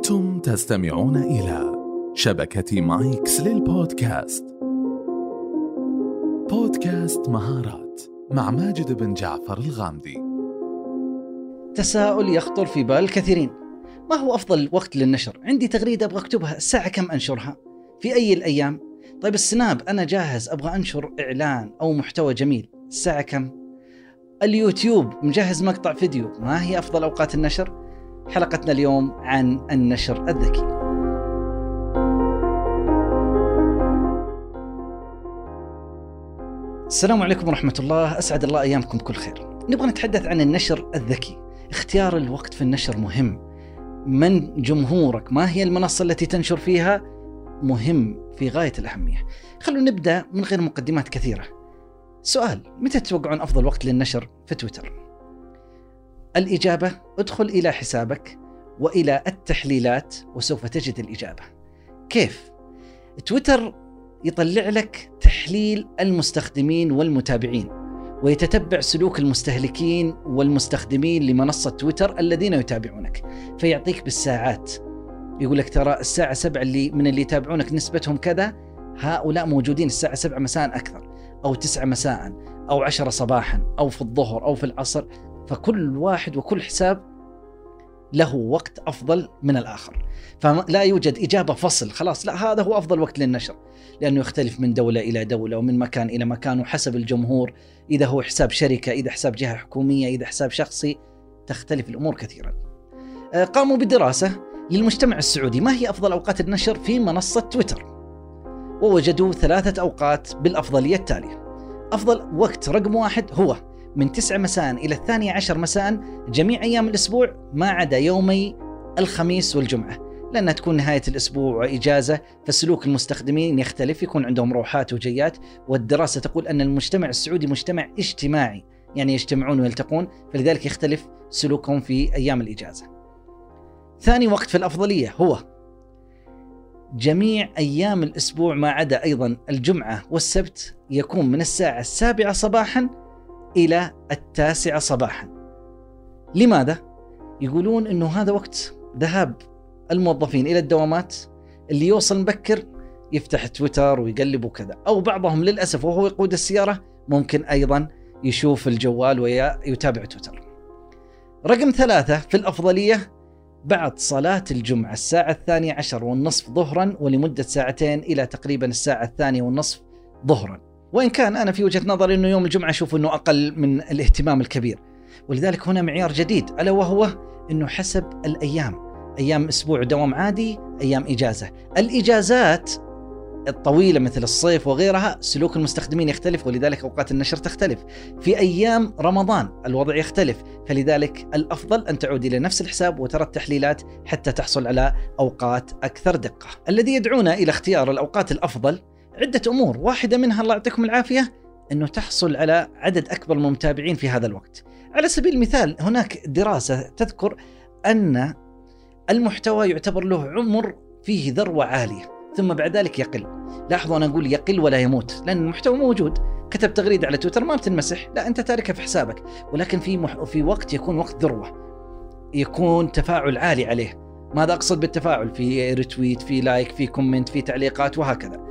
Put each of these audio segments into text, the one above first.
أنتم تستمعون إلى شبكة مايكس للبودكاست. بودكاست مهارات مع ماجد بن جعفر الغامدي. تساؤل يخطر في بال الكثيرين: ما هو أفضل وقت للنشر؟ عندي تغريدة أبغى أكتبها، الساعة كم أنشرها؟ في أي الأيام؟ طيب السناب أنا جاهز أبغى أنشر إعلان أو محتوى جميل، الساعة كم؟ اليوتيوب مجهز مقطع فيديو، ما هي أفضل أوقات النشر؟ حلقتنا اليوم عن النشر الذكي. السلام عليكم ورحمة الله، أسعد الله أيامكم بكل خير. نبغى نتحدث عن النشر الذكي. اختيار الوقت في النشر مهم. من جمهورك؟ ما هي المنصة التي تنشر فيها؟ مهم في غاية الأهمية. خلونا نبدأ من غير مقدمات كثيرة. سؤال: متى تتوقعون أفضل وقت للنشر في تويتر؟ الإجابة: ادخل إلى حسابك وإلى التحليلات وسوف تجد الإجابة. كيف؟ تويتر يطلع لك تحليل المستخدمين والمتابعين، ويتتبع سلوك المستهلكين والمستخدمين لمنصة تويتر الذين يتابعونك، فيعطيك بالساعات. يقول لك ترى الساعة 7 اللي يتابعونك نسبتهم كذا، هؤلاء موجودين الساعة 7 مساء أكثر، أو 9 مساء، أو 10 صباحا، أو في الظهر، أو في العصر. فكل واحد وكل حساب له وقت أفضل من الآخر، فلا يوجد إجابة فصل خلاص لا هذا هو أفضل وقت للنشر، لأنه يختلف من دولة إلى دولة ومن مكان إلى مكان وحسب الجمهور، إذا هو حساب شركة، إذا حساب جهة حكومية، إذا حساب شخصي، تختلف الأمور كثيرا. قاموا بدراسة للمجتمع السعودي ما هي أفضل أوقات النشر في منصة تويتر، ووجدوا 3 أوقات بالأفضلية التالية. أفضل وقت رقم 1 هو من 9 مساء إلى 12 مساء جميع أيام الأسبوع ما عدا يومي الخميس والجمعة، لأنها تكون نهاية الأسبوع وإجازة، فسلوك المستخدمين يختلف، يكون عندهم روحات وجيات. والدراسة تقول أن المجتمع السعودي مجتمع اجتماعي، يعني يجتمعون ويلتقون، فلذلك يختلف سلوكهم في أيام الإجازة. ثاني وقت في الأفضلية هو جميع أيام الأسبوع ما عدا أيضا الجمعة والسبت، يكون من الساعة 7 صباحا إلى 9 صباحا. لماذا؟ يقولون أنه هذا وقت ذهاب الموظفين إلى الدوامات، اللي يوصل مبكر يفتح تويتر ويقلب وكذا، أو بعضهم للأسف وهو يقود السيارة ممكن أيضا يشوف الجوال ويتابع تويتر. رقم 3 في الأفضلية بعد صلاة الجمعة الساعة 12:30 ظهرا، ولمدة 2 ساعات إلى تقريبا الساعة 2:30 ظهرا. وإن كان أنا في وجهة نظري أنه يوم الجمعة أشوف أنه أقل من الاهتمام الكبير، ولذلك هنا معيار جديد، ألا وهو أنه حسب الأيام، أيام أسبوع دوام عادي، أيام إجازة. الإجازات الطويلة مثل الصيف وغيرها سلوك المستخدمين يختلف، ولذلك أوقات النشر تختلف. في أيام رمضان الوضع يختلف، فلذلك الأفضل أن تعود إلى نفس الحساب وترى التحليلات حتى تحصل على أوقات أكثر دقة. الذي يدعونا إلى اختيار الأوقات الأفضل عدة أمور، واحدة منها الله يعطيكم العافية أنه تحصل على عدد أكبر من المتابعين في هذا الوقت. على سبيل المثال هناك دراسة تذكر أن المحتوى يعتبر له عمر فيه ذروة عالية ثم بعد ذلك يقل. لاحظوا أنا أقول يقل ولا يموت، لأن المحتوى موجود، كتب تغريدة على تويتر ما بتنمسح، لا أنت تاركها في حسابك، ولكن في وقت يكون وقت ذروة، يكون تفاعل عالي عليه. ماذا أقصد بالتفاعل؟ في ريتويت، في لايك، في كومنت، في تعليقات وهكذا.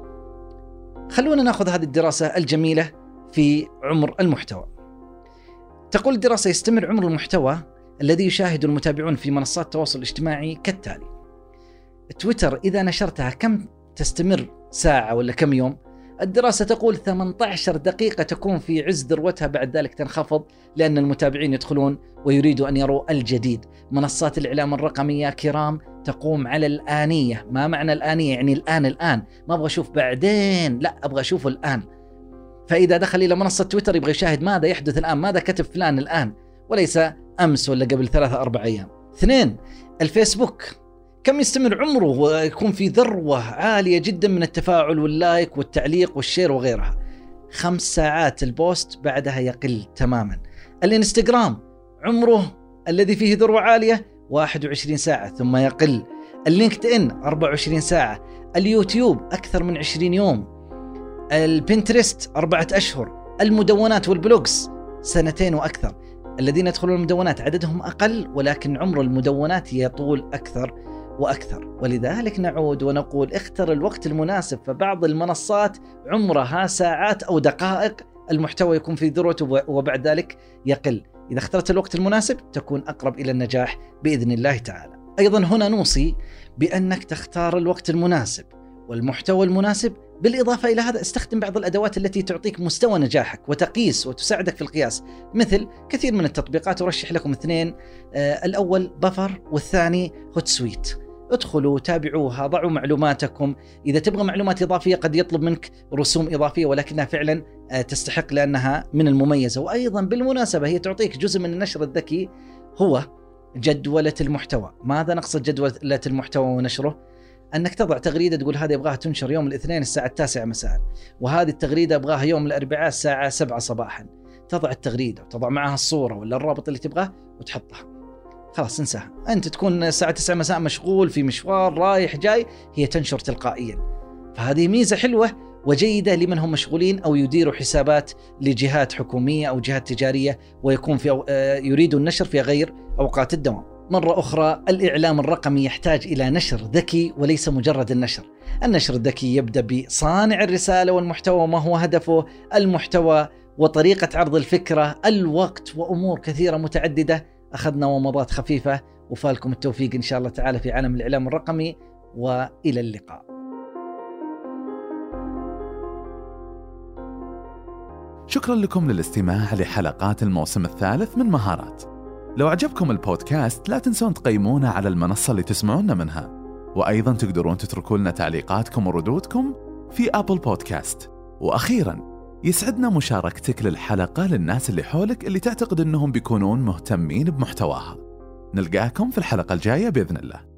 خلونا نأخذ هذه الدراسة الجميلة في عمر المحتوى. تقول الدراسة يستمر عمر المحتوى الذي يشاهد المتابعون في منصات التواصل الاجتماعي كالتالي. تويتر إذا نشرتها كم تستمر؟ ساعة ولا كم يوم؟ الدراسة تقول 18 دقيقة تكون في عز ذروتها، بعد ذلك تنخفض لأن المتابعين يدخلون ويريدوا أن يروا الجديد. منصات الإعلام الرقمية كرام تقوم على الآنية. ما معنى الآنية؟ يعني الآن، ما أبغى أشوف بعدين، لا أبغى أشوفه الآن. فإذا دخل إلى منصة تويتر يبغى يشاهد ماذا يحدث الآن، ماذا كتب فلان الآن، وليس أمس ولا قبل 3-4 أيام. 2 الفيسبوك كم يستمر عمره ويكون في ذروة عالية جدا من التفاعل واللايك والتعليق والشير وغيرها. 5 ساعات البوست بعدها يقل تماما. الانستغرام عمره الذي فيه ذروة عالية 21 ساعة ثم يقل. اللينكد إن 24 ساعة. اليوتيوب أكثر من 20 يوم. البنترست 4 أشهر. المدونات والبلوجز 2 وأكثر. الذين يدخلون المدونات عددهم أقل، ولكن عمر المدونات يطول أكثر، وأكثر. ولذلك نعود ونقول اختر الوقت المناسب، فبعض المنصات عمرها ساعات أو دقائق المحتوى يكون في ذروته وبعد ذلك يقل. إذا اخترت الوقت المناسب تكون أقرب إلى النجاح بإذن الله تعالى. أيضا هنا نوصي بأنك تختار الوقت المناسب والمحتوى المناسب. بالإضافة إلى هذا استخدم بعض الأدوات التي تعطيك مستوى نجاحك وتقيس وتساعدك في القياس، مثل كثير من التطبيقات. أرشح لكم اثنين، الأول بفر والثاني هوت سويت. ادخلوا تابعوها، ضعوا معلوماتكم. إذا تبغى معلومات إضافية قد يطلب منك رسوم إضافية، ولكنها فعلا تستحق لأنها من المميزة. وأيضا بالمناسبة هي تعطيك جزء من النشر الذكي، هو جدولة المحتوى. ماذا نقصد جدولة المحتوى ونشره؟ أنك تضع تغريدة تقول هذه أبغاها تنشر يوم الاثنين الساعة 9 مساء، وهذه التغريدة أبغاها يوم الأربعاء الساعة 7 صباحا. تضع التغريدة وتضع معها الصورة ولا الرابط اللي تبغاه وتحطها، خلاص انساها. أنت تكون الساعة 9 مساء مشغول في مشوار رايح جاي، هي تنشر تلقائيا. فهذه ميزة حلوة وجيدة لمن هم مشغولين أو يديروا حسابات لجهات حكومية أو جهات تجارية ويكون يريدوا النشر في غير أوقات الدوام. مرة أخرى، الإعلام الرقمي يحتاج إلى نشر ذكي وليس مجرد النشر. النشر الذكي يبدأ بصانع الرسالة والمحتوى وما هو هدفه، المحتوى وطريقة عرض الفكرة، الوقت، وأمور كثيرة متعددة. أخذنا ومضات خفيفة، وفالكم التوفيق إن شاء الله تعالى في عالم الإعلام الرقمي، وإلى اللقاء. شكرا لكم للاستماع لحلقات الموسم الثالث من مهارات. لو عجبكم البودكاست لا تنسون تقيمونا على المنصة اللي تسمعون منها، وأيضا تقدرون تتركوا لنا تعليقاتكم وردودكم في أبل بودكاست. وأخيرا يسعدنا مشاركتك للحلقة للناس اللي حولك اللي تعتقد أنهم بيكونون مهتمين بمحتواها. نلقاكم في الحلقة الجاية بإذن الله.